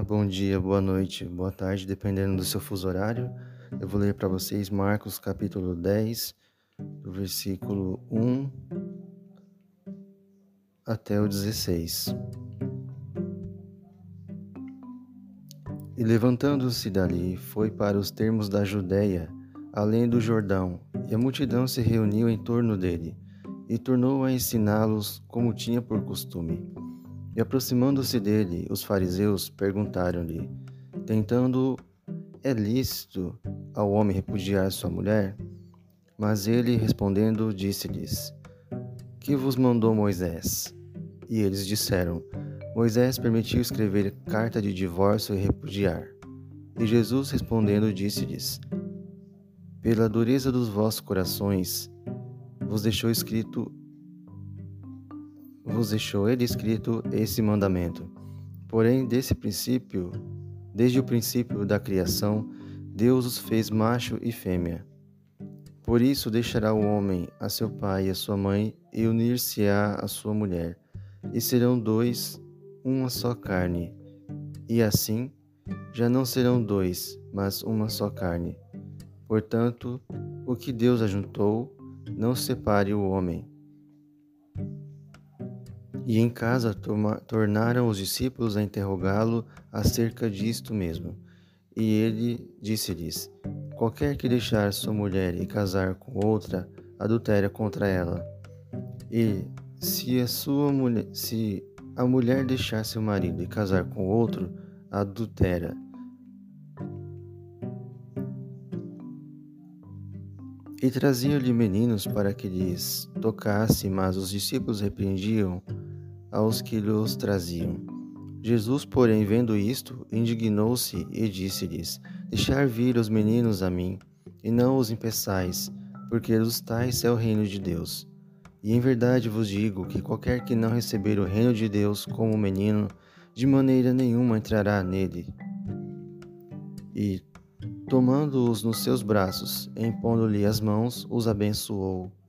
bom dia, boa noite, boa tarde, dependendo do seu fuso horário. Eu vou ler para vocês Marcos capítulo 10, do versículo 1 até o 16. E levantando-se dali, foi para os termos da Judéia, além do Jordão, e a multidão se reuniu em torno dele, e tornou a ensiná-los como tinha por costume. E aproximando-se dele, os fariseus perguntaram-lhe, tentando: é lícito ao homem repudiar sua mulher? Mas ele, respondendo, disse-lhes: que vos mandou Moisés? E eles disseram: Moisés permitiu escrever carta de divórcio e repudiar. E Jesus, respondendo, disse-lhes: pela dureza dos vossos corações, vos deixou ele escrito esse mandamento. Porém, desde o princípio da criação, Deus os fez macho e fêmea. Por isso deixará o homem a seu pai e a sua mãe, e unir-se-á à sua mulher, e serão dois, uma só carne. E assim, já não serão dois, mas uma só carne. Portanto, o que Deus ajuntou, não separe o homem. E em casa tornaram os discípulos a interrogá-lo acerca disto mesmo. E ele disse-lhes: qualquer que deixar sua mulher e casar com outra, adultera contra ela. E se a mulher deixar seu marido e casar com outro, adultera. E traziam-lhe meninos para que lhes tocasse, mas os discípulos repreendiam aos que lhes traziam. Jesus, porém, vendo isto, indignou-se e disse-lhes: deixar vir os meninos a mim, e não os impeçais, porque dos tais é o reino de Deus. E em verdade vos digo que qualquer que não receber o reino de Deus como menino, de maneira nenhuma entrará nele. E, tomando-os nos seus braços, e impondo-lhe as mãos, os abençoou.